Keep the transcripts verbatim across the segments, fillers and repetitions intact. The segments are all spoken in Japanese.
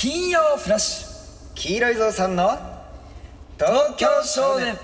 金曜フラッシュ、 黄色いぞうさんの東京少年。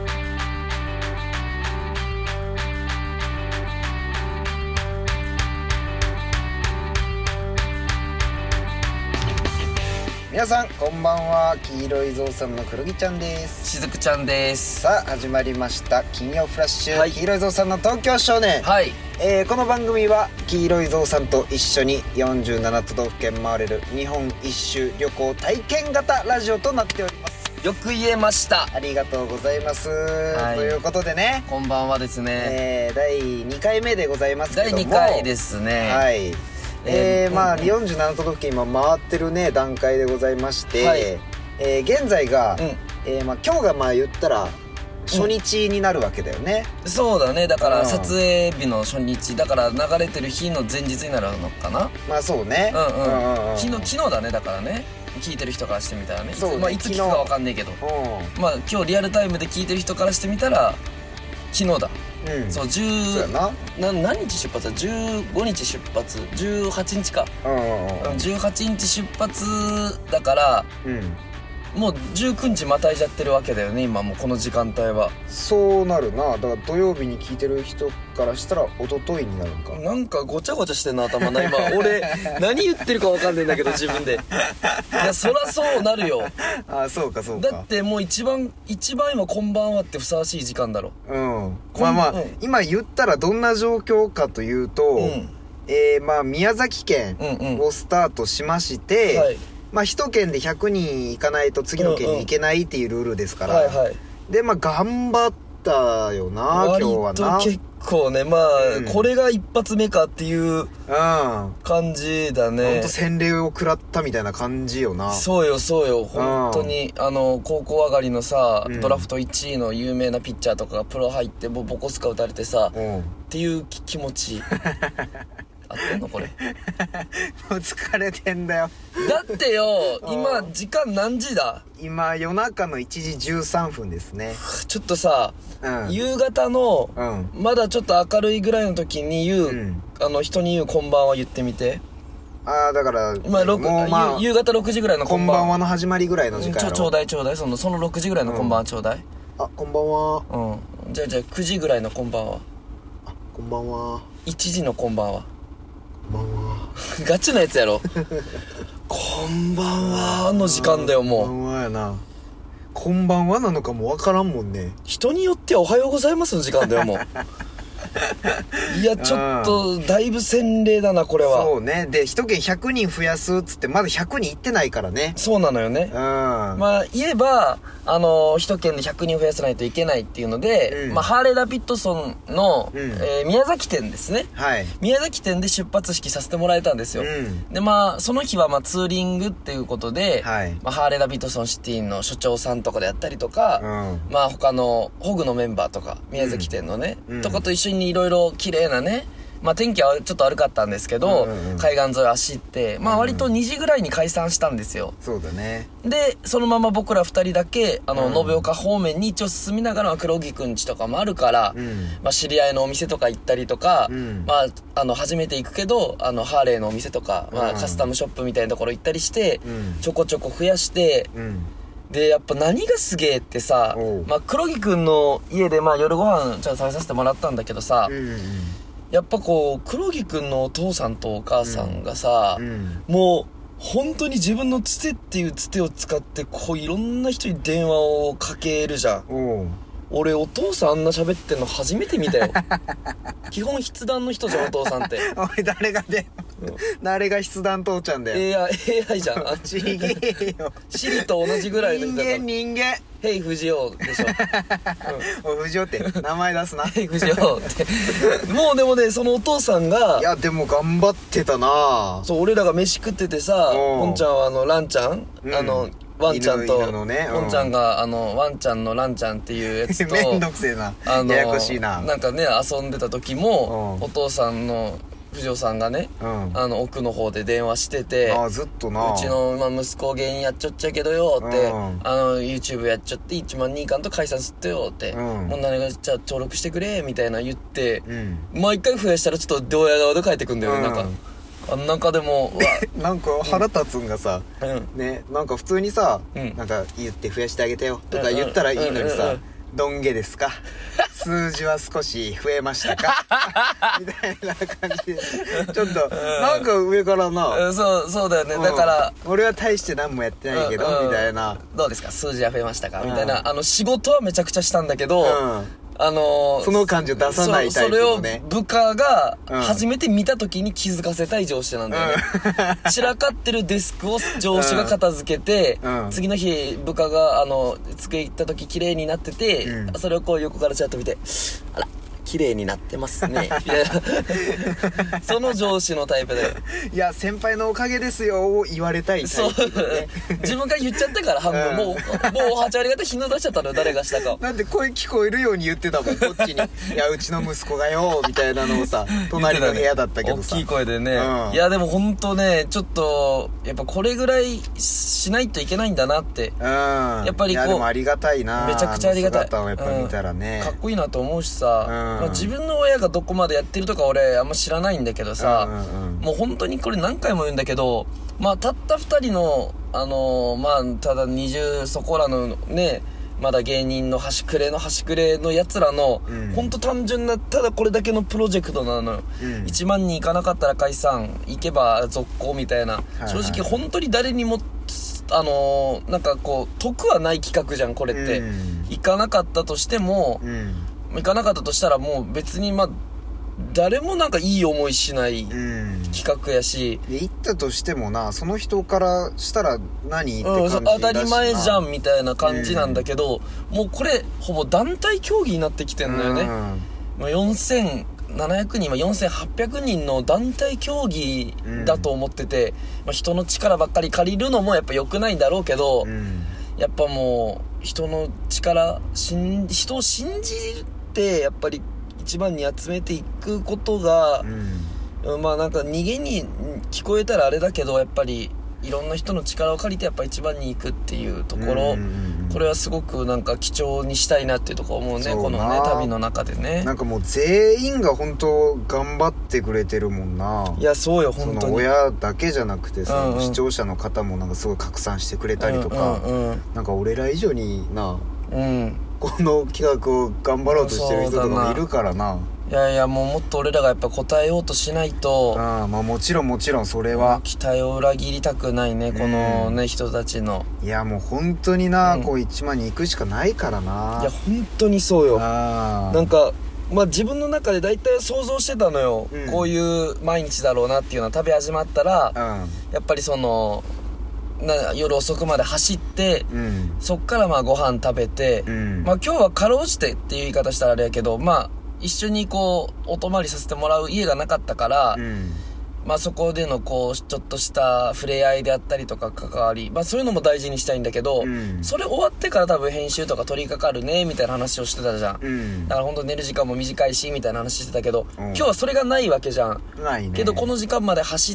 皆さんこんばんは。黄色いぞうさんの黒木ちゃんです。 しずくちゃんです。 さあ始まりました金曜フラッシュ、 はい、 黄色いぞうさんの東京少年。 はい、 えー、この番組は黄色いぞうさんと一緒によんじゅうなな都道府県回れる日本一周旅行体験型ラジオとなっております。 よく言えました。 ありがとうございます、はい、ということでね、 こんばんはですね、 えー、だいにかいめでございますけども、 だいにかいですね。 はい、えー、まあよんじゅうなな都道府県今回ってるね段階でございまして、はい、えー、現在が、うん、えー、まあ今日がまあ言ったら初日になるわけだよね、 うん、そうだね。だから撮影日の初日だから流れてる日の前日になるのかな。 まあそうね、 うんうん、うんうん、昨日昨日だね。だからね、聞いてる人からしてみたらね、 そうね、 まあ、いつ聞くか分かんねえけど、まあ今日リアルタイムで聞いてる人からしてみたら昨日だ。うん、そうじゅうそうやな。な何日出発だ。じゅうごにち出発、じゅうはちにちか、うんうんうん、じゅうはちにち出発だから、うん、もうじゅうくにちまたいじゃってるわけだよね今もうこの時間帯は。 そうなるな。だから土曜日に聞いてる人からしたら一昨日になるのか。 なんかごちゃごちゃしてんの頭な今俺何言ってるか分かんねえんだけど自分で。いやそらそうなるよ。 あ、そうかそうか。 だってもう一番一番今こんばんはってふさわしい時間だろ。 うん、まあまあ、うん、今言ったらどんな状況かというと、うん、えー、まあ宮崎県をスタートしまして、うんうん、はい、まあ一県でひゃくにん行かないと次の県に行けないっていうルールですから、うんうん、はいはい、でまあ頑張ったよな今日はな。 割と結構ね、まあ、うん、これが一発目かっていう感じだね。 ほんと洗礼を食らったみたいな感じよな。 そうよそうよ、本当に、あの高校上がりのさ、うん、ドラフトいちいの有名なピッチャーとかがプロ入ってボコスカ打たれてさ、うん、っていう気持ち合ってんのこれ。 もう疲れてんだよ。 だってよ今時間何時だ。 今夜中のいちじじゅうさんぷんですね。 ちょっとさ、うん、夕方の、うん、まだちょっと明るいぐらいの時に言う、うん、あの人に言うこんばんは言ってみて。 ああだから今もう、まあ、夕方ろくじぐらいのこんばんはの始まりぐらいの時間やろ。 ちょちょうだいちょうだいそのそのろくじぐらいのこんばんはちょうだい、うん、 あこんばんは。 うんじゃあじゃあくじぐらいのこんばんは。 あこんばんは。 いちじのこんばんは。 こんばんは。 ガチなやつやろ。こんばんはの時間だよもう。 こんばんはやな。こんばんはなのかもわからんもんね。 人によってはおはようございますの時間だよもう。いやちょっとだいぶ洗礼だなこれは。 そうね。で一県ひゃくにん増やすっつってまだひゃくにんいってないからね。 そうなのよね。うん。まあ言えばあの一県でひゃくにん増やさないといけないっていうので、うん、まあハーレー・ダビッドソンの、うん、えー、宮崎店ですね。はい。宮崎店で出発式させてもらえたんですよ。うん、でまあその日はまあツーリングっていうことで、はい、まあハーレー・ダビッドソンシティの所長さんとかであったりとか、うん、まあ他のホグのメンバーとか宮崎店のね、うん、とかと一緒にいろいろ綺麗なね。まあ天気はちょっと悪かったんですけど、うんうん、海岸沿い走って、まあ割とにじぐらいに解散したんですよ。 そうだね。で、 そのまま僕らふたりだけ、あの、延、うん、岡方面に一応進みながら、黒木くん家とかもあるから、うん、まあ知り合いのお店とか行ったりとか、うん、まあ、あの、初めて行くけど、あの、ハーレーのお店とか、まあカスタムショップみたいなところ行ったりして、うん、ちょこちょこ増やして、うんでやっぱ何がすげえってさ、まあ黒木くんの家でまあ夜ご飯ちょっと食べさせてもらったんだけどさ、うんうん、やっぱこう黒木くんのお父さんとお母さんがさ、うんうん、もう本当に自分のつてっていうつてを使ってこういろんな人に電話をかけるじゃん。俺お父さんあんな喋ってんの初めて見たよ。基本筆談の人じゃんお父さんって。 おい誰がで、うん、誰が筆談父ちゃんだよ。 エーアイ エーアイ じゃん。あちげえよ。シリと同じぐらいの人だから。人間人間。 ヘイ藤尾でしょ。 うん、お藤尾って名前出すな。 ヘイ藤尾ってもうでもねそのお父さんがいやでも頑張ってたな。 そう俺らが飯食っててさ、ポンちゃんはあのランちゃん、うん、あのワンちゃんとポン、ねうん、ちゃんがあのワンちゃんのランちゃんっていうやつとめんどくせえな、あのややこしいな。 なんかね遊んでた時も、うん、お父さんの藤尾さんがね、うん、あの奥の方で電話してて、 あずっとなうちの、まあ、息子芸人やっちゃっちゃけどよって、うん、あの YouTube やっちゃっていちまん人いかんと解散すってよって、うん、もう何がじゃあ登録してくれみたいな言って、うん、毎回増やしたらちょっとドヤ顔で帰ってくんだよね、うん、なんかあん中でもなんか腹立つんがさ、うん、ね、なんか普通にさ、うん、なんか言って増やしてあげてよとか言ったらいいのにさ、どんげですか数字は少し増えましたかみたいな感じでちょっとなんか上からな、 うん、そうそうだよね、うん、だから俺は大して何もやってないけど、うん、みたいな、 どうですか数字は増えましたか、うん、みたいな、あの仕事はめちゃくちゃしたんだけど、うん、あのー、 その感じを出さないタイプのね、 それを部下が初めて見た時に気づかせたい上司なんだよね、うん、散らかってるデスクを上司が片付けて、うん、次の日部下があの机行った時綺麗になってて、うん、それをこう横からチャッと見て、あら綺麗になってますねみたいなその上司のタイプで、 いや先輩のおかげですよを言われたいタイプ、ね、 自分が言っちゃったから半分、うん、もうもうはち割方日の出しちゃったの誰がしたか、 なんで声聞こえるように言ってたもんこっちにいやうちの息子がよみたいなのをさ隣の部屋だったけどさ、 ね、大きい声でね、うん、いやでも本当ねちょっとやっぱこれぐらいしないといけないんだなって、うん、やっぱりこう、いやでもありがたいな、 めちゃくちゃありがたい、 姿をやっぱ見たらね、 うん、かっこいいなと思うしさ、うんまあ、自分の親がどこまでやってるとか俺あんま知らないんだけどさ、うんうんうん、もう本当にこれ何回も言うんだけど、まあたったふたりのあのー、まあただにじゅうそこらのねまだ芸人の端くれの端くれのやつらの、うん、本当単純なただこれだけのプロジェクトなのよ、うん、いちまんにんいかなかったら解散行けば続行みたいな、はいはい、正直本当に誰にもあのー、なんかこう得はない企画じゃんこれって、うん、行かなかったとしても、うん行かなかったとしたらもう別にまあ誰もなんかいい思いしない企画やし、 で行ったとしてもなその人からしたら何って感じだしな、 うん、当たり前じゃんみたいな感じなんだけど、うん、もうこれほぼ団体競技になってきてんのよね、うん、よんせんななひゃくにん、まあ、よんせんはっぴゃくにんの団体競技だと思ってて、うんまあ、人の力ばっかり借りるのもやっぱ良くないんだろうけど、うん、やっぱもう人の力しん人を信じてやっぱり一番に集めていくことが、うん、まあなんか逃げに聞こえたらあれだけどやっぱりいろんな人の力を借りてやっぱ一番に行くっていうところ、うん、これはすごくなんか貴重にしたいなっていうところ思うね、このね旅の中でね。 なんかもう全員が本当頑張ってくれてるもんな。 いやそうよ本当に。 その親だけじゃなくてさ、うんうん、視聴者の方もなんかすごい拡散してくれたりとか、うんうんうん、なんか俺ら以上にな、うんこの企画を頑張ろうとしてる人とかもいるからな。 いやいやもうもっと俺らがやっぱ答えようとしないと、 ああまあもちろんもちろんそれは期待を裏切りたくないねこのね、うん、人たちの。 いやもう本当にな、うん、こういちまんに行くしかないからな。 いや本当にそうよ。あなんかまあ自分の中で大体想像してたのよ、うん、こういう毎日だろうなっていうのは旅始まったら、うん、やっぱりそのな夜遅くまで走って、うん、そっからまあご飯食べて、うん、まあ今日はかろうじてっていう言い方したらあれやけど、まあ一緒にこうお泊まりさせてもらう家がなかったから、うん、まあそこでのこうちょっとした触れ合いであったりとか関わり、まあそういうのも大事にしたいんだけど、うん、それ終わってから多分編集とか取り掛かるねみたいな話をしてたじゃん、うん、だから本当寝る時間も短いしみたいな話してたけど、うん、今日はそれがないわけじゃん。ないね。けどこの時間まで走って、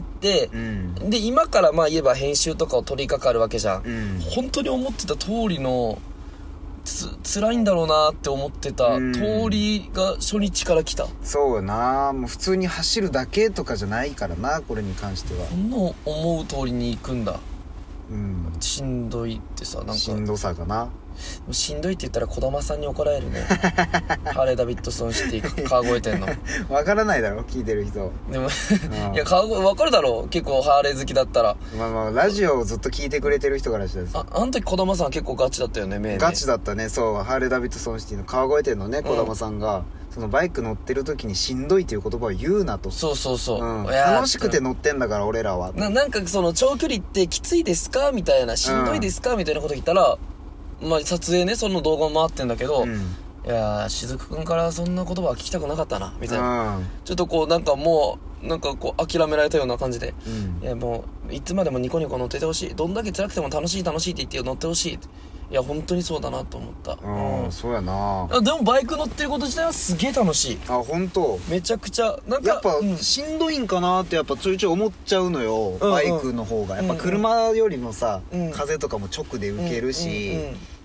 うん、で今からまあ言えば編集とかを取り掛かるわけじゃん、うん、本当に思ってた通りのつ辛いんだろうなって思ってた通りが初日から来た。 そうよな。もう普通に走るだけとかじゃないからなこれに関しては。 こんな思う通りに行くんだ。うん、しんどいってさなんかしんどさかな。 しんどいって言ったら児玉さんに怒られるねハーレーダビッドソンシティ川越店のわからないだろ聞いてる人でもいや川越わかるだろ結構ハーレー好きだったら。 まあまあラジオをずっと聞いてくれてる人からしたらさ、 ああの時児玉さん結構ガチだったよね。 ガチだったね。そうハーレーダビッドソンシティの川越店のね児玉さんが、うん、そのバイク乗ってる時にしんどいっていう言葉を言うなと。 そうそうそう、うん、 楽しくて乗ってんだから俺らはな。なんかその長距離ってきついですかみたいなしんどいですか、うん、みたいなこと言ったらまあ撮影ねその動画も回ってんだけど、うん、いや雫くんからそんな言葉は聞きたくなかったなみたいな、うん、ちょっとこうなんかもうなんかこう諦められたような感じで、うん、いやもういつまでもニコニコ乗っててほしい。どんだけ辛くても楽しい楽しいって言って乗ってほしい。いや本当にそうだなと思った。 うん、うん、そうやな。 でもバイク乗ってること自体はすげえ楽しい。 あ本当。 めちゃくちゃなんかやっぱ、うん、しんどいんかなってやっぱちょいちょい思っちゃうのよ、うんうん、バイクの方がやっぱ車よりもさ、うん、風とかも直で受けるし、うんうんうん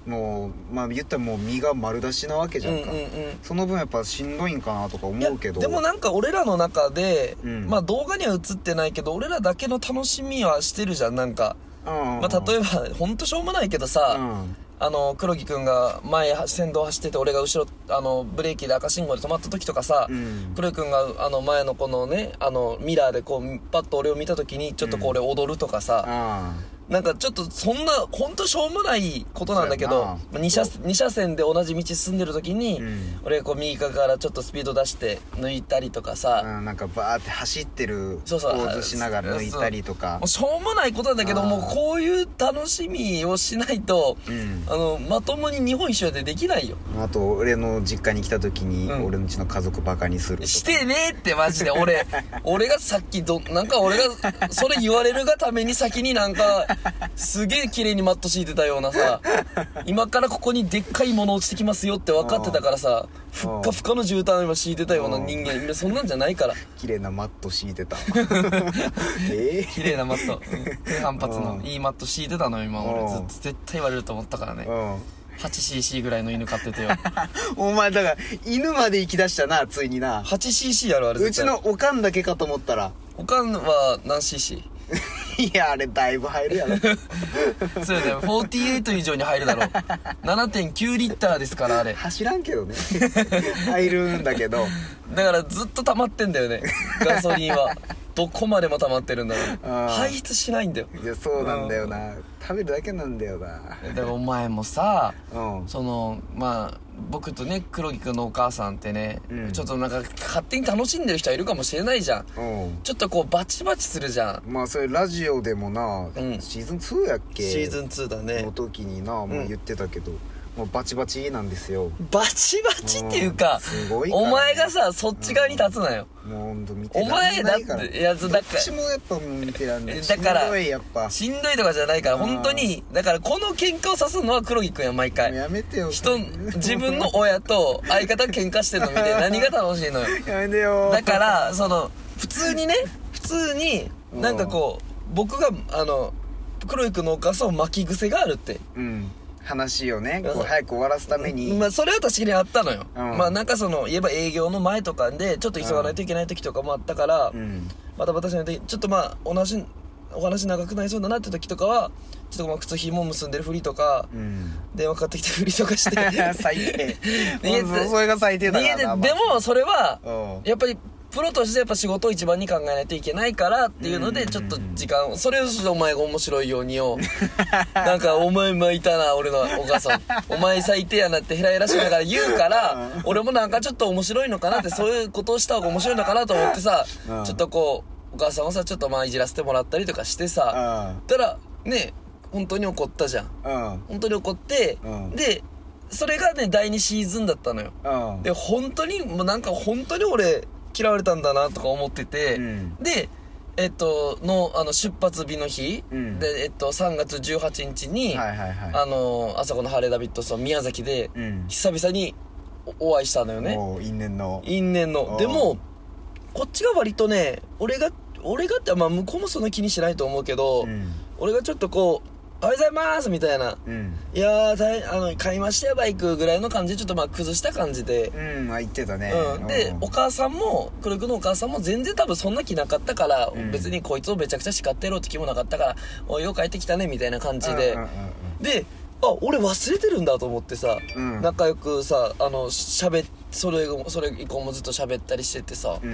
もうまあ言ったらもう身が丸出しなわけじゃんか、うんうんうん、その分やっぱしんどいんかなとか思うけど、 でもなんか俺らの中で、うん、まあ動画には映ってないけど俺らだけの楽しみはしてるじゃん。なんか、うんうんうん、まあ例えばほんとしょうもないけどさ、うんあの黒木くんが前先導走ってて俺が後ろあのブレーキで赤信号で止まった時とかさ、うん、黒木くんがあの前のこのねあのミラーでこうパッと俺を見た時にちょっとこう俺踊るとかさ、うん、なんかちょっとそんなほんとしょうもないことなんだけど 2, 車2車線で同じ道進んでる時に、うん、俺がこう右側からちょっとスピード出して抜いたりとかさ、 うん、なんかバーって走ってるポーズしながら抜いたりとか、 もうしょうもないことなんだけどもうこういう楽しみをしないと、うんあのまともに日本一周でできないよ。 あと俺の実家に来た時に、うん、俺のうちの家族バカにするとかしてねえってマジで俺俺がさっきどなんか俺がそれ言われるがために先になんかすげえ綺麗にマット敷いてたようなさ今からここにでっかいもの落ちてきますよって分かってたからさふっかふかの絨毯を今敷いてたような人間そんなんじゃないから綺麗なマット敷いてたえー、綺麗なマット、うん、低反発のいいマット敷いてたの今俺ずっと絶対言われると思ったからね はちシーシー ぐらいの犬飼っててよお前だから犬まで行き出したなついになはちシーシー やろあれうちのおかんだけかと思ったらおかんは何 シーシーいやあれだいぶ入るやろそうだよよんじゅうはち以上に入るだろ ななてんきゅうリッターですからあれ走らんけどね入るんだけどだからずっと溜まってんだよねガソリンはどこまでも溜まってるんだろう排出しないんだよ。 いやそうなんだよな、食べるだけなんだよな。 だからお前もさ、うん、そのまあ僕とね黒木くんのお母さんってね、うん、ちょっとなんか勝手に楽しんでる人はいるかもしれないじゃん、うん、ちょっとこうバチバチするじゃん。 まあそれラジオでもな、うん、シーズンツーやっけ、 シーズンツーだねの時にな、まあ、言ってたけど、うん、もうバチバチなんですよ。 バチバチっていうか、うん、すごいからね、お前がさそっち側に立つなよ、 うん、もうほんと見てらんないから。お前だってやつだからどっちもやっぱもう見てらんないだからしんどいやっぱしんどいとかじゃないから本当にだからこの喧嘩をさすのは黒木くんや毎回。 やめてよ人自分の親と相方が喧嘩してるの見て何が楽しいのよやめてよ。 だからその普通にね普通になんかこう僕があの黒木くんのお母さんを巻き癖があるって、 うん話をねこう早く終わらすために、 まあそれは確かにあったのよ、うん、まあなんかその言えば営業の前とかでちょっと急がないといけない時とかもあったから、うん、バタバタしないとちょっとまあお話お話長くなりそうだなって時とかはちょっとまあ靴ひも結んでるふりとか、うん、電話かかってきたふりとかして最低それが最低だからな。 でもそれはやっぱりプロとしてやっぱ仕事を一番に考えないといけないからっていうのでちょっと時間をそれをお前が面白いようによなんかお前巻いたな俺のお母さんお前最低やなってヘラヘラしながら言うから俺もなんかちょっと面白いのかなってそういうことをした方が面白いのかなと思ってさちょっとこうお母さんをさちょっとまあいじらせてもらったりとかしてさたらね本当に怒ったじゃん本当に怒ってでそれがねだいにシーズンだったのよで本当にもうなんか本当に俺嫌われたんだなとか思ってて、うん、でえっとのあの出発日の日、うん、でえっとさんがつじゅうはちにちに、はいはいはい、あのあそこのハーレーダビッドソン宮崎で、うん、久々にお会いしたのよね。 因縁の因縁のでもこっちが割とね俺が俺がってまあ向こうもそんな気にしないと思うけど、うん、俺がちょっとこうおはようございますみたいな、うん、いやーあの買いましたよバイクぐらいの感じでちょっとまあ崩した感じでうんまあ言ってたね、 うん、でお母さんも黒木のお母さんも全然多分そんな気なかったから、うん、別にこいつをめちゃくちゃ叱ってやろうって気もなかったからおいよう帰ってきたねみたいな感じで、うんうんうんうん、であ俺忘れてるんだと思ってさ、うん、仲良くさあの喋ってそれそれ以降もずっと喋ったりしててさ、うん、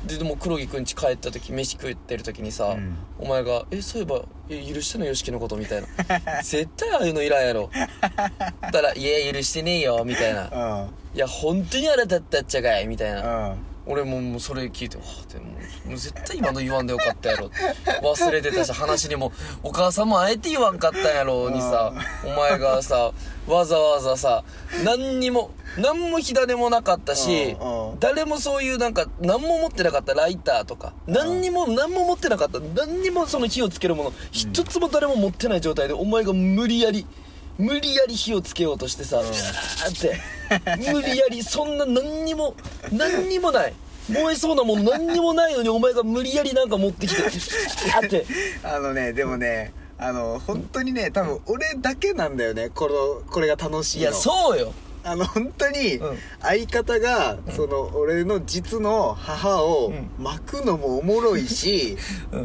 ででも黒木くん家帰った時飯食ってる時にさ、うん、お前がえそういえばえ許してんのよしきのことみたいな絶対ああいうのいらんやろたらいや許してねえよみたいな、うん、いや本当にあれだったっちゃかいみたいな、うん、俺ももうそれ聞いてわでももう絶対今の言わんでよかったやろ忘れてたし話にもお母さんもあえて言わんかったんやろにさお前がさわざわざさ何にも何も火種もなかったし誰もそういうなんか何も持ってなかったライターとか何にも何も持ってなかった何にもその火をつけるもの一つも誰も持ってない状態でお前が無理やり無理やり火をつけようとしてさ、うん、って無理やりそんな何にも何にもない燃えそうなもん何にもないのにお前が無理やりなんか持ってきてってあのねでもねあの本当にね多分俺だけなんだよねこのこれが楽しいの。 いやそうよ。 あの本当に相方が、うん、その俺の実の母を巻くのもおもろいし、うん、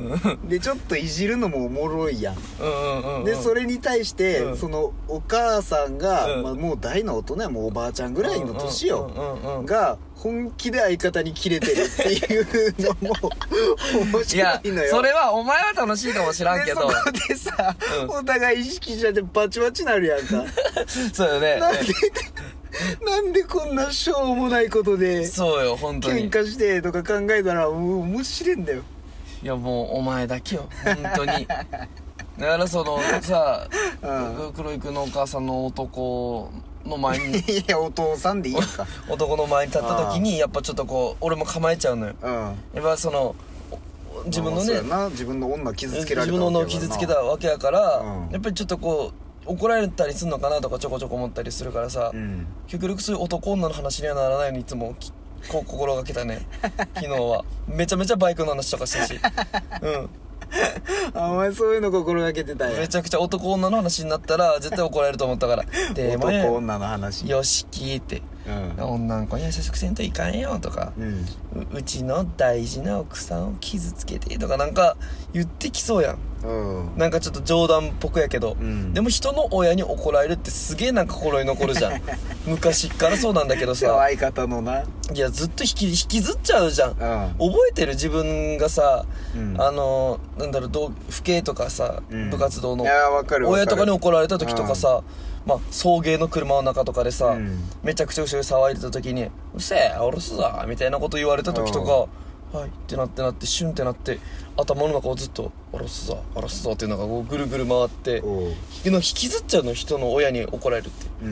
でちょっといじるのもおもろいやん、うんうんうん、でそれに対して、うん、そのお母さんが、うんまあ、もう大の大人やもうおばあちゃんぐらいの年よ、うんうんうん、が本気で相方にキレてるっていうのも面白いのよ。 いやそれはお前は楽しいかもしらんけどでそこでさ、うん、お互い意識しちゃってバチバチなるやんかそうよね。 なんでなんでこんなしょうもないことでそうよ本当に喧嘩してとか考えたらもう面白いんだよ。 いやもうお前だけよ本当にだからそのさ、うん、黒井君のお母さんの男の前にいやお父さんでいいか男の前に立った時にやっぱちょっとこう俺も構えちゃうのよ、うん、やっぱその自分のね自分の女傷つけられた自分の女を傷つけたわけやから、うん、やっぱりちょっとこう怒られたりすんのかなとかちょこちょこ思ったりするからさ、うん、極力そういう男女の話にはならないようにいつもこう心がけたね昨日はめちゃめちゃバイクの話とかしたしうんあお前そういうの心がけてたんや。 めちゃくちゃ男女の話になったら絶対怒られると思ったからでも男女の話よし聞いて、うん、女の子に優しくせんといかんよとか、うん、う, うちの大事な奥さんを傷つけてとかなんか言ってきそうやん、うん、なんかちょっと冗談っぽくやけど、うん、でも人の親に怒られるってすげえなんか心に残るじゃん昔っからそうなんだけどさ相方のないやずっと引き引きずっちゃうじゃん、うん、覚えてる自分がさ、うん、あのなんだろう父兄とかさ、うん、部活動の親とかに怒られた時とかさ、うん、まあ送迎の車の中とかでさ、うん、めちゃくちゃ後ろで騒いでた時にうせえ下ろすぞみたいなこと言われた時とか、うん、はいってなってなってシュンってなって頭の中をずっと下ろすぞ下ろすぞっていうのがこうぐるぐる回って引きずっちゃうの人の親に怒られるって、うん、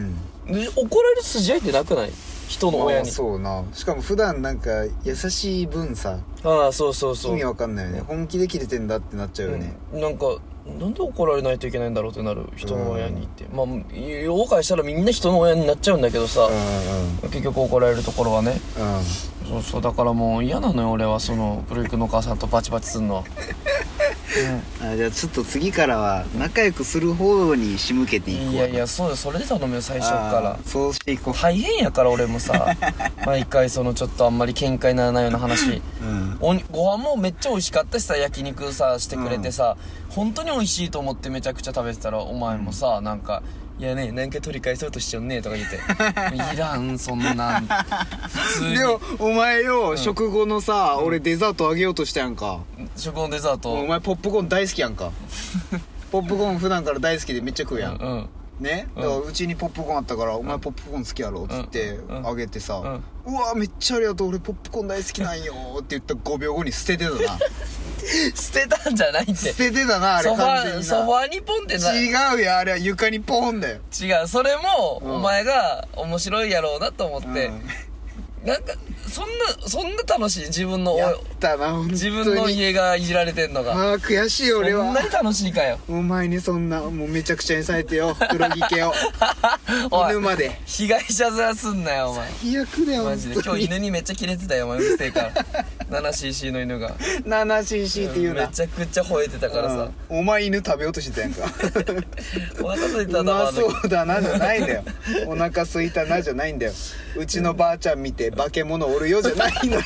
で怒られる筋合いってなくない人の親に、まあ、 そうなしかも普段なんか優しい分さああそうそうそう意味わかんないよね、うん、本気でキレてんだってなっちゃうよね、 うん、なんかなんで怒られないといけないんだろうってなる人の親にって、うん、まあ妖怪したらみんな人の親になっちゃうんだけどさ、うんうん、結局怒られるところはね、うん、そうそうだからもう嫌なのよ俺はその黒井君のお母さんとバチバチすんのはうん、あじゃあちょっあ次からは仲良くする方に仕向けていくわ。 いやいやそうよそれで頼むよ最初からそうしていこう。 大変やから俺もさ毎回そのちょっとあんまり喧嘩にならないような話、うん、おご飯もめっちゃ美味しかったしさ焼肉さしてくれてさ、うん、本当に美味しいと思ってめちゃくちゃ食べてたらお前もさ、うん、なんかいやね何回取り返そうとしちゃうねとか言っていらんそんなん普通にでもお前よ、うん、食後のさ、うん、俺デザートあげようとしたやんか。 食後のデザートお前ポップコーン大好きやんかポップコーン普段から大好きでめっちゃ食うやん、うんうん、ね、だからうちにポップコーンあったから、うん、お前ポップコーン好きやろっつってあげてさ、うんうん、うわめっちゃありがとう俺ポップコーン大好きなんよって言ったごびょうごに捨ててたな捨てたんじゃないって捨ててたなあれ完全にソファーにポンってな違うよあれは床にポンだよ。 違うそれもお前が面白いやろうなと思って、うんなんかそんなそんな楽しい自分のやったな本当に自分の家がいじられてんのがああ悔しい俺はそんなに楽しいかよお前にそんなもうめちゃくちゃにされてよ黒木家を犬まで被害者面すんなよお前最悪だよマジで今日犬にめっちゃキレてたよお前うるせえから ななシーシー の犬がななシーシー っていうな、 めちゃくちゃ吠えてたからさ、 うん、お前犬食べようとしてたやんかお腹空いたなうまそうだなじゃないんだよお腹空いたなじゃないんだようちのばあちゃん見て化け物おるよじゃないのよ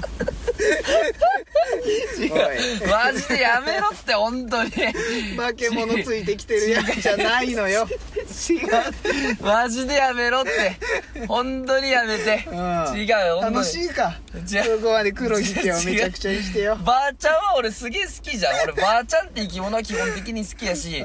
違うマジでやめろって本当に化け物ついてきてるやつじゃないのよ違うマジでやめろって本当にやめて、うん、違う楽しいかそこまで黒木家をめちゃくちゃにしてよばあちゃんは俺すげえ好きじゃん俺ばあちゃんって生き物は基本的に好きやし、うん、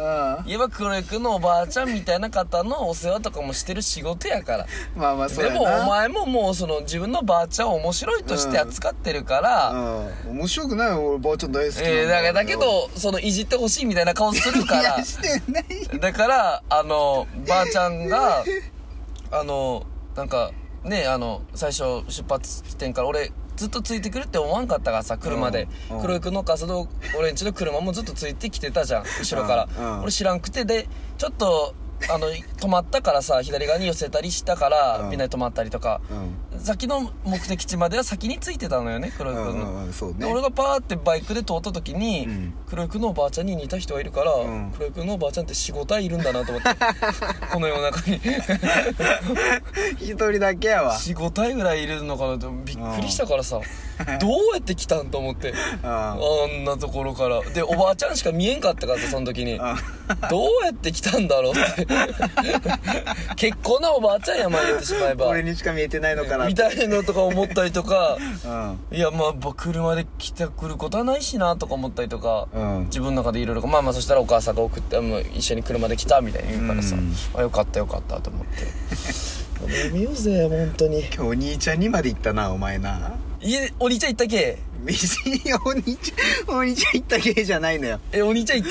言えば黒井君のおばあちゃんみたいな方のお世話とかもしてる仕事やからまあまあそうやなでもお前ももうその自分のばあちゃんを面白いとして扱ってるから、 うんうん、面白くないよ俺ばあちゃん大好きなんだ、 えー、だからだけどそのいじってほしいみたいな顔するからいやしてないだからあのばあちゃんがあのなんかねあの最初出発地点から俺ずっとついてくるって思わんかったからさ車で、うんうん、黒井君のお母さんと俺んちの車もずっとついてきてたじゃん後ろから、うんうん、俺知らんくてでちょっとあの止まったからさ左側に寄せたりしたから、うん、みんなで止まったりとか、うん、 先の目的地までは先に着いてたのよね、黒井くんの、 うんうん、そうね。 で俺がパーってバイクで通った時に、うん、黒井くんのおばあちゃんに似た人がいるから、うん、黒井くんのおばあちゃんってよん、ご体いるんだなと思ってこの世の中に一人だけやわ。 よん、ご体ぐらいいるのかなってびっくりしたからさどうやって来たんと思ってあんなところからで、おばあちゃんしか見えんかったからその時にどうやって来たんだろうって結構なおばあちゃんや、まあ言ってしまえば俺にしか見えてないのかなみたいのとか思ったりとか、うん、いやまあ車で来てくることはないしなとか思ったりとか、うん、自分の中でいろいろまあまあそしたらお母さんが送ってもう一緒に車で来たみたいに言うからさ、うん、あよかったよかったと思ってやめようぜ本当に。 今日お兄ちゃんにまで行ったなお前な。 いえ、お兄ちゃん行ったっけ？ 別にお兄ちゃんお兄ちゃん行った系じゃないのよ。 え、お兄ちゃん行った？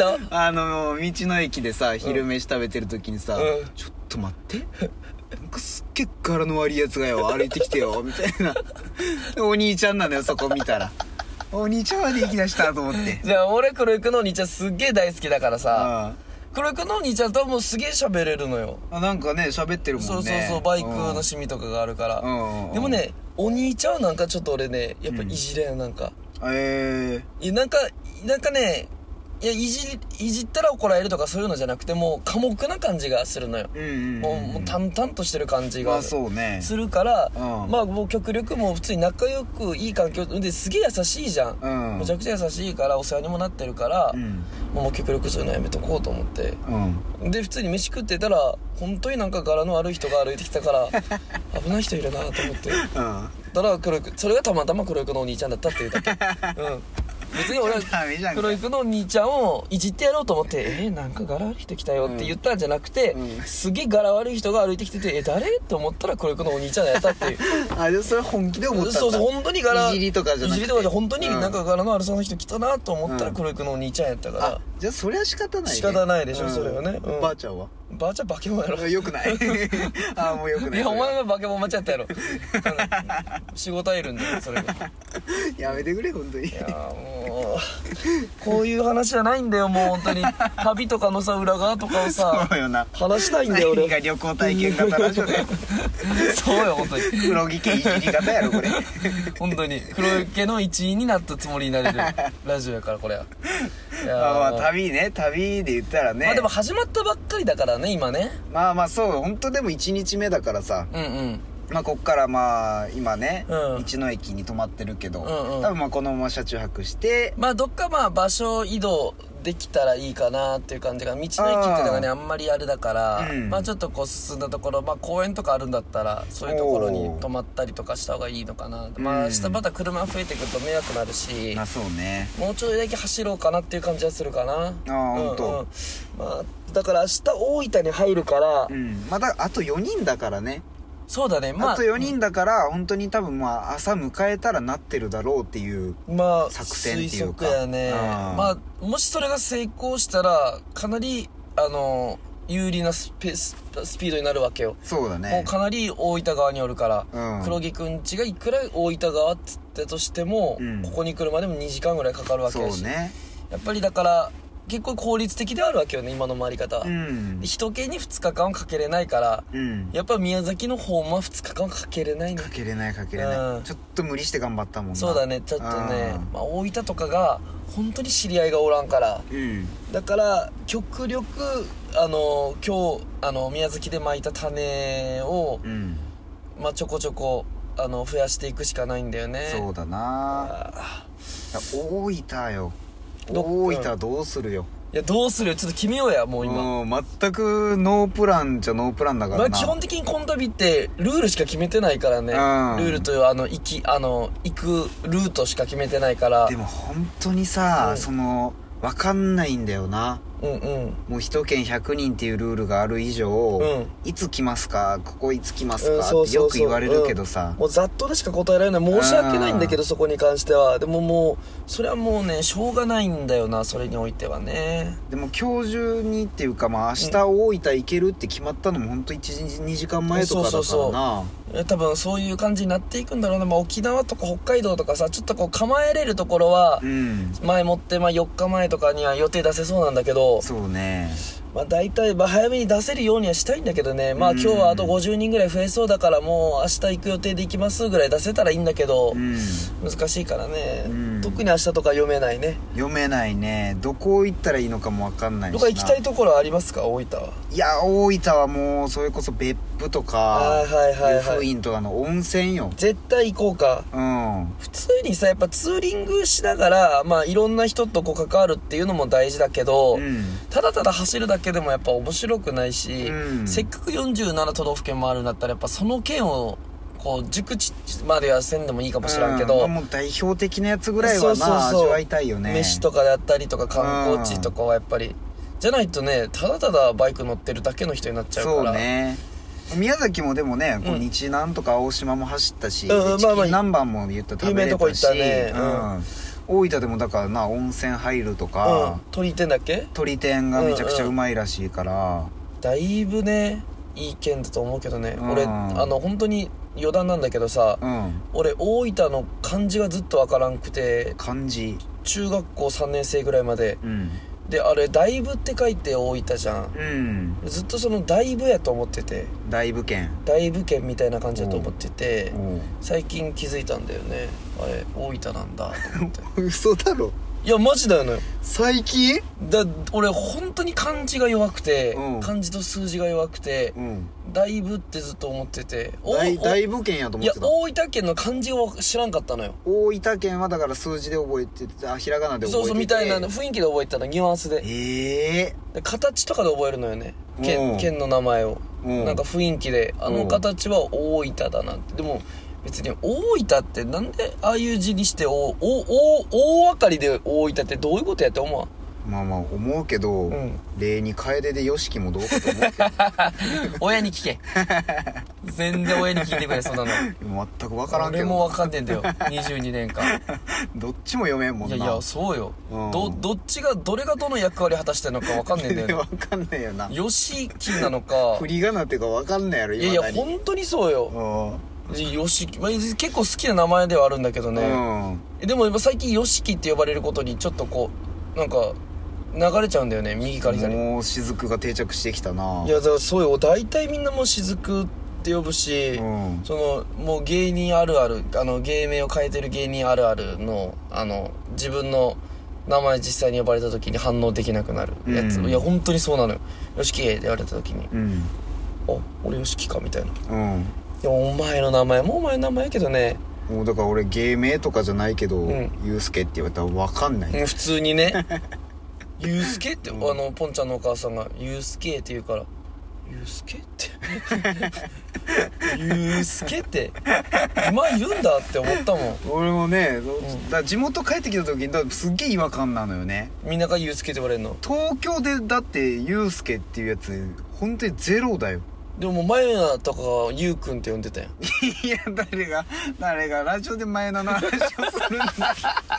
あの道の駅でさ昼飯食べてる時にさ、うん、ちょっと待ってなんかすっげえ柄の悪いやつがよ歩いてきてよみたいなお兄ちゃんなのよそこ見たらお兄ちゃんまで行きだしたと思ってじゃあ俺黒井くんのお兄ちゃんすっげえ大好きだからさ、黒井くんのお兄ちゃんとはもうすげえ喋れるのよ。 あなんかね喋ってるもんね。 そうそうそうバイクの趣味とかがあるから、うん、でもねお兄ちゃんはなんかちょっと俺ねやっぱいじれん、なんかええー、なんかなんかねいやいじいじったら怒られるとかそういうのじゃなくてもう寡黙な感じがするのよ、うんうんうん、もう、もう淡々としてる感じがするから、まあ、そうね、うん、まあもう極力もう普通に仲良くいい環境ですげえ優しいじゃん、うん、めちゃくちゃ優しいからお世話にもなってるから、うん、もう極力そういうのやめとこうと思って、うん、で普通に飯食ってたら本当になんか柄の悪い人が歩いてきたから危ない人いるなと思って、うん、だから黒井君それがたまたま黒井君のお兄ちゃんだったっていうだけうん別に俺は黒井君のお兄ちゃんをいじってやろうと思ってえー、なんか柄悪い人来たよって言ったんじゃなくて、うん、すげえ柄悪い人が歩いてきててえ誰って思ったら黒井君のお兄ちゃんがやったっていうあでもそれ本気で思ったんだ。 そうそう本当に柄いじりとかじゃなくていじりとかじゃ本当になんか柄の悪そうな人来たなと思ったら黒井君のお兄ちゃんやったから、うん、 じゃあそれは仕方ないね。 仕方ないでしょ、うん、それはね、 うん、ばあちゃんはばあちゃんバケモンやろよくないあもうよくない。 いやお前はバケモン間違ったやろ仕事いるんだよそれやめてくれ本当に。いやもうこういう話じゃないんだよもう本当に旅とかのさ裏側とかをさそうよな話したいんだよ俺。 何が旅行体験型ラジオだよそうよ本当に黒木家いじり型やろこれ本当に黒家の一員になったつもりになれるラジオやからこれは。 いやまあまあ旅ね旅で言ったらねまあでも始まったばっかりだからね今ね。 まあまあそう本当でもいちにちめだからさうんうんまあこっからまあ今ね、うん、道の駅に泊まってるけど、うんうん、多分まあこのまま車中泊してまあどっかまあ場所移動できたらいいかなっていう感じが道の駅っていうのがねあんまりあれだから、うん、まあちょっとこう進んだところまあ公園とかあるんだったらそういうところに泊まったりとかした方がいいのかな。まあ明日また車増えてくると迷惑なるしまあそうねもうちょいだけ走ろうかなっていう感じはするかな。ああ本当、うんうん、 まあだから明日大分に入るから、 うん、まだあとよにんだからね。 そうだね、まあ、 あとよにんだから、うん、本当に多分まあ朝迎えたらなってるだろうっていうまあ作戦っていうか、 推測やね。まあもしそれが成功したらかなりあの有利なスペススピードになるわけよ。 そうだね。 もうかなり大分側におるから、うん、黒木くんちがいくら大分側っつってとしても、うん、ここに来るまでもにじかんぐらいかかるわけやし、そうね、やっぱりだから結構効率的であるわけよね今の回り方は、うん、一気にふつかかんはかけれないから、うん、やっぱ宮崎の方もふつかかんはかけれないね。 かけれないかけれない、うん、ちょっと無理して頑張ったもんな。 そうだねちょっとね、まあ、大分とかが本当に知り合いがおらんから、うん、だから極力あの今日あの宮崎で巻いた種を、うんまあ、ちょこちょこあの増やしていくしかないんだよね。 そうだな大分よ大分どうするよ。 いやどうするよちょっと決めようやもう今。 うん全くノープランじゃノープランだからな、 まあ、基本的にこの旅ってルールしか決めてないからね、うん、ルールというあの行きあの行くルートしか決めてないから。 でも本当にさ、うん、その分かんないんだよな。うんうん、もう一県ひゃくにんっていうルールがある以上、うん、いつ来ますかここいつ来ますか、うん、ってよく言われるけどさ、 うん、もうざっとでしか答えられない。申し訳ないんだけどそこに関しては。でももうそれはもうねしょうがないんだよなそれにおいてはね。 でも今日中にっていうかまあ明日大分行けるって決まったのも本当いちにじかんまえとかだからな。そうそうそう多分そういう感じになっていくんだろうな、まあ、沖縄とか北海道とかさちょっとこう構えれるところは前もって、まあ、よっかまえとかには予定出せそうなんだけど、 そうねまあ大体、まあ、早めに出せるようにはしたいんだけどね。まあ今日はあとごじゅうにんぐらい増えそうだから、もう明日行く予定で行きますぐらい出せたらいいんだけど、うん、難しいからね、うん、特に明日とか読めないね。 読めないね。どこ行ったらいいのかも分かんないしな。 どこ行きたいところありますか、大分は。 いや、大分はもうそれこそ別府とか、はいはいはい、はい、湯布院とかの温泉よ。 絶対行こうか。うん。普通にさ、やっぱツーリングしながら、まあいろんな人とこう関わるっていうのも大事だけど、うん、ただただ走るだけでもやっぱ面白くないし、うん、せっかくよんじゅうなな都道府県もあるんだったら、やっぱその県をこう熟知まではせんでもいいかもしらんけど、 うん、もう代表的なやつぐらいはな、そうそうそう、味わいたいよね。 飯とかであったりとか観光地とかはやっぱり、うん、じゃないとね、ただただバイク乗ってるだけの人になっちゃうから。 そうね。宮崎もでもね、こう日南とか大島も走ったし、うん、チキン南蛮も言ったら食べれたし、有名なとこ行ったね、うんうん、大分でもだからな、温泉入るとか、 うん、鳥天だっけ、 鳥天がめちゃくちゃうまいらしいから、うんうん、 だいぶねいい県だと思うけどね、うん、俺あの本当に余談なんだけどさ、うん、俺大分の漢字がずっとわからんくて、 漢字中学校さんねん生ぐらいまで、うん、であれ大分って書いて大分じゃん、うん、ずっとその大分やと思ってて、 大分県大分県みたいな感じだと思ってて、最近気づいたんだよね、あれ大分なんだと思って嘘だろ。 いやマジだよね。 最近だ俺本当に漢字が弱くて、うん、漢字と数字が弱くて、うん、大分ってずっと思ってて、 大大分県やと思ってた。 いや大分県の漢字を知らんかったのよ。 大分県はだから数字で覚えてて、あ、ひらがなで覚えてて、 そうそうみたいな雰囲気で覚えてたの、ニュアンスで。 ええー、で形とかで覚えるのよね、県、県の名前を、なんか雰囲気で、あの形は大分だなって。でも別に大分ってなんでああいう字にしておおお大分かりで大分ってどういうことやって思う？ まあまあ思うけど、うん、例に楓でよしきもどうかと思うけど親に聞け全然親に聞いてくれ、そんなの全く分からんけど、 俺も分かんねえんだよにじゅうにねんかんどっちも読めんもんな。 いやいやそうよ、うん、ど, どっちがどれがどの役割果たしてるのか分かんねえんだよね分かんねえよな。 よしきなのか振り仮名っていうか分かんねえやろ。 いやいや本当にそうよ、よしき、まあ、結構好きな名前ではあるんだけどね、うん、でも最近よしきって呼ばれることにちょっとこうなんか流れちゃうんだよね、右から左。 もう雫が定着してきたな。 いやだからそうよ、大体みんなもう雫って呼ぶし、うん、そのもう芸人あるある、あの芸名を変えてる芸人あるあるのあの自分の名前実際に呼ばれた時に反応できなくなるやつ、うん、いや本当にそうなのよ。よしきって言われた時に、うん、あ、俺よしきかみたいな、うん、いやお前の名前もお前の名前やけどね、 もうだから俺芸名とかじゃないけど、うん、ゆうすけって言われたら分かんない、 うん、普通にねゆうすけって、うん、あのポンちゃんのお母さんがゆうすけって言うから、ゆうすけってゆうすけって今言うんだって思ったもん。 俺もね、うん、だ地元帰ってきた時にだすっげえ違和感なのよね。 みんながゆうすけって言われるの。 東京でだってゆうすけっていうやつ本当にゼロだよ。 でも前菜とかゆうくんって呼んでたやんいや誰が誰がラジオで前菜の話をするんだ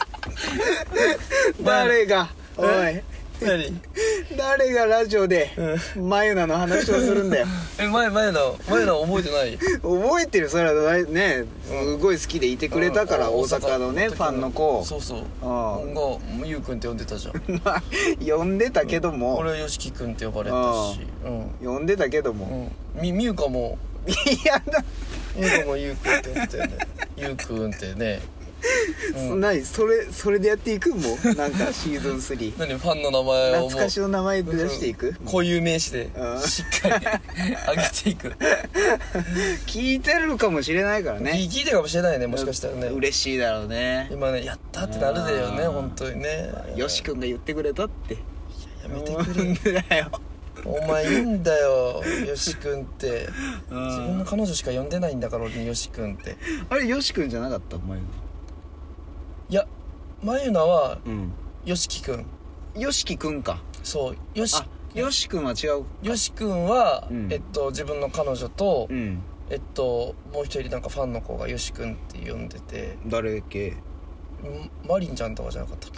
誰がおい何誰がラジオで前菜の話をするんだよえ、前前菜前菜覚えてない？ 覚えてる。それはね、すごい好きでいてくれたから、うん、大阪のねファンの子。 そうそう、がゆうくんって呼んでたじゃんまあ呼んでたけども、 俺はよしきくんって呼ばれたし、 うん、呼んでたけども、 うん、みみゆかもいやだみゆかもゆうくんって呼んでたよねゆうくんってねうん、何それそれでやっていくもんなんかシーズンスリー何ファンの名前を懐かしの名前で出していく、 固有名詞でしっかり上げていく聞いてるかもしれないからね。 聞いてるかもしれないね、もしかしたらね。 嬉しいだろうね今ね、やったってなるだよね本当にね。 よし君が言ってくれたって。いや、やめてくれんだよお前いいんだよよし君って自分の彼女しか呼んでないんだから俺によし君って。 あれよし君じゃなかったお前の。 いや、まゆなは、うん、よしきくん。 よしきくんか。 そう、よし、 よしくんは違う。 よしくんは、うん、えっと、自分の彼女と、うん、えっと、もう一人なんかファンの子がよしくんって呼んでて。 誰系？ マリンちゃんとかじゃなかったっ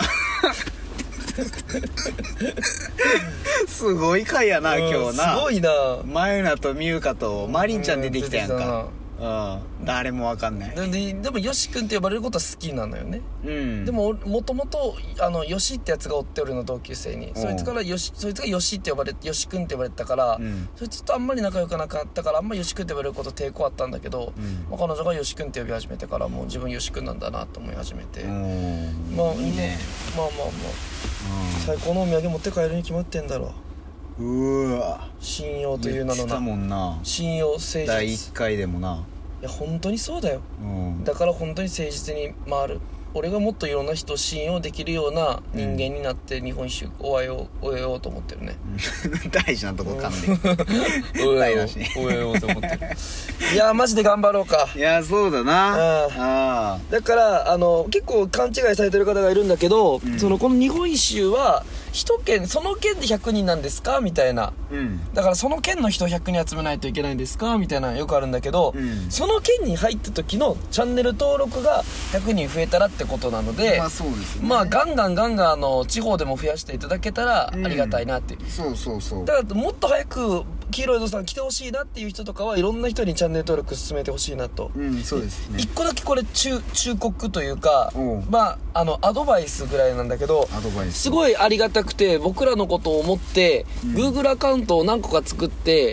けすごい回やな、うん、今日な。 すごいな。 まゆなとみゆかとマリンちゃん出てきたやんか。 ああ誰もわかんないで, でもヨシ君って呼ばれることは好きなのよね、 うん、 でももともとあのヨシってやつがおって俺の同級生にそいつからヨシそいつがヨシって呼ばれてヨシ君って呼ばれてたから、うん、そいつとあんまり仲良くなかったからあんまりヨシ君って呼ばれること抵抗あったんだけど、うんまあ、彼女がヨシ君って呼び始めてからもう自分ヨシ君なんだなと思い始めて、まあいいね、まあまあまあ、うん、最高のお土産持って帰るに決まってんだろう。 うわ信用という名のなもんな信用誠実。 だいいっかいでもないや本当にそうだよ、うん、だから本当に誠実に回る。俺がもっといろんな人を信用できるような人間になって日本一周終えよう終えようと思ってるね、 うん、大事なとこかんで終えよう終えようと思ってるいやマジで頑張ろうか。 いやそうだなああだからあの結構勘違いされてる方がいるんだけど、うん、そのこの日本一周は一県その県でひゃくにんなんですかみたいな、うん、だからその県の人をひゃくにん集めないといけないんですかみたいなよくあるんだけど、うん、その県に入った時のチャンネル登録がひゃくにん増えたらってことなので、 まあそうですね、 まあガンガンガンガンあの地方でも増やしていただけたらありがたいなっていう、 うん、そうそうそうだからもっと早く黄色いぞさん来てほしいなっていう人とかはいろんな人にチャンネル登録進めてほしいなと。 うんそうですね。 一個だけこれ忠告というかまああのアドバイスぐらいなんだけど、 アドバイスすごいありがたくて僕らのことを思って、うん、Google アカウントを何個か作って、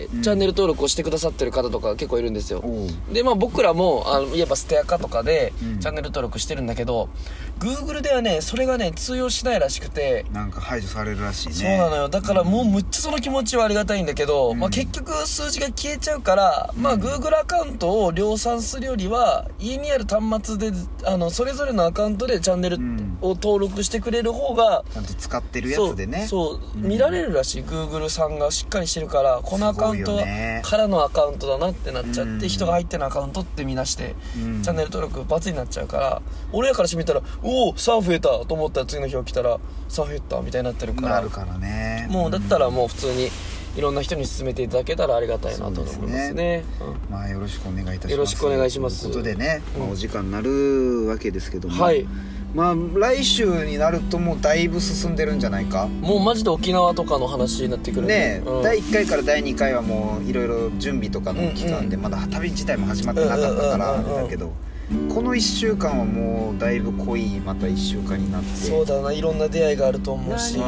うん、チャンネル登録をしてくださってる方とか結構いるんですよ。でまあ僕らもあのやっぱステアカとかで、うん、チャンネル登録してるんだけど Google ではねそれがね通用しないらしくてなんか排除されるらしいね。 そうなのよ。だからもうむっちゃその気持ちはありがたいんだけど、うんまあ、結局数字が消えちゃうから、うん、まあ Google アカウントを量産するよりは家にある端末であのそれぞれのアカウントでチャンネルを登録してくれる方が、 うん、ちゃんと使ってるやつでねそう、そう、うん、見られるらしい。 Google さんがしっかりしてるからこのアカウントはからのアカウントだなってなっちゃって、うん、人が入ってるアカウントって見なして、うん、チャンネル登録バツになっちゃうから俺らからしてみたらおおさん増えたと思ったら次の日起きたらさん減ったみたいになってるからなるからね。 もうだったらもう普通にいろんな人に勧めていただけたらありがたいなと思いますね。すね、 うん、まあよろしくお願いいたします。 よろしくお願いします。 ということでね、まあ、お時間になるわけですけども、 はいまあ来週になるともうだいぶ進んでるんじゃないか。 もうマジで沖縄とかの話になってくるね、うん、だいいっかいからだいにかいはもういろいろ準備とかの期間でまだ旅自体も始まってなかったからあれだけど、このいっしゅうかんはもうだいぶ濃いまたいっしゅうかんになって、 そうだな、いろんな出会いがあると思うし、うん、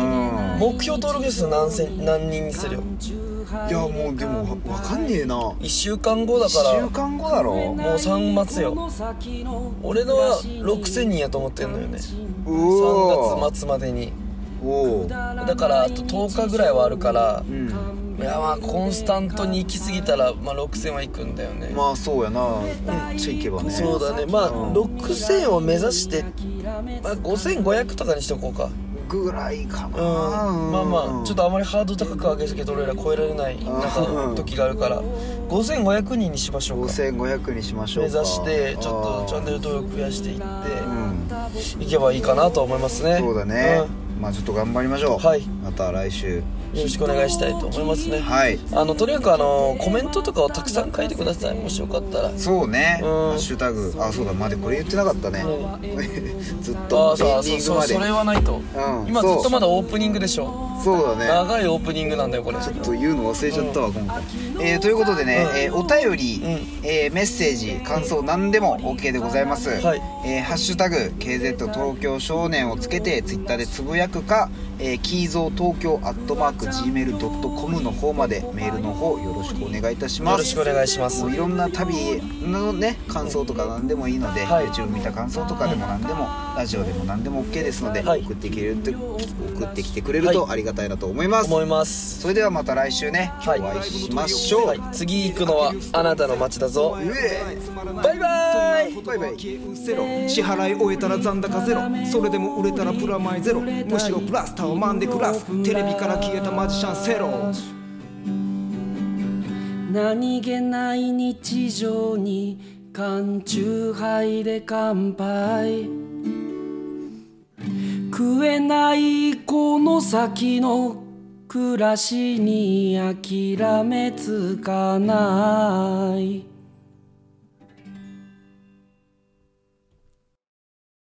目標登録数何千何人にするよ。 いやもうでも分かんねえな。 いっしゅうかんごだからいっしゅうかんごだろ。 もうさんがつよ。俺のはろくせんにんやと思ってんのよね。さんがつ末までに。おだからあととおかぐらいはあるから、うん、いやまあコンスタントに行き過ぎたら、まあ、ろくせんはいくんだよね。 まあそうやな、めっちゃ行けばね。 そうだね、まあ、うん、ろくせんを目指して、まあ、ごせんごひゃくとかにしとこうかぐらいかな、 うん、まあまあちょっとあまりハードル高く上げすぎて俺ら超えられないなんか時があるからごせんごひゃくにんにしましょうか。 ごせんごひゃくにしましょうか。 目指してちょっとチャンネル登録増やしていって、うん、いけばいいかなと思いますね。 そうだね、うん、まあちょっと頑張りましょう。 はい、 また来週よろしくお願いしたいと思いますね。 はい。 あのとにかくあのコメントとかをたくさん書いてください。もしよかったら。 そうね。うん、ハッシュタグ。あ、そうだ。までこれ言ってなかったね。うん、ずっとあそうそうそうそれはないと。うん、今ずっとまだオープニングでしょ。 そうだね。 長いオープニングなんだよこれ。 ちょっと言うの忘れちゃったわ、うん、今回。えー、ということでね、うん、えー、お便り、うん、えー、メッセージ、感想何でも OK でございます。はい。えー、ハッシュタグ ケーゼット 東京少年をつけてツイッターでつぶやくか、えー、キーゾー東京アットマーク ジーメールドットコム の方までメールの方よろしくお願いいたします。 よろしくお願いします。 もういろんな旅のね感想とか何でもいいので、はい、YouTube 見た感想とかでも何でもラジオでも何でも OK ですので、はい、送ってきてくれると送ってきてくれるとありがたいなと思います。 思います。 それではまた来週ね、はい、お会いしましょう。はい、 次行くのはあなたの街だぞ。バイバイ。 バイバイ。支払い終えたら残高ゼロ、それでも売れたらプラマイゼロ、むしろプラスタワマンで暮らす、テレビから消えたマジシャンセロ。 何気ない日常に缶チューハイで乾杯、食えないこの先の暮らしに諦めつかない。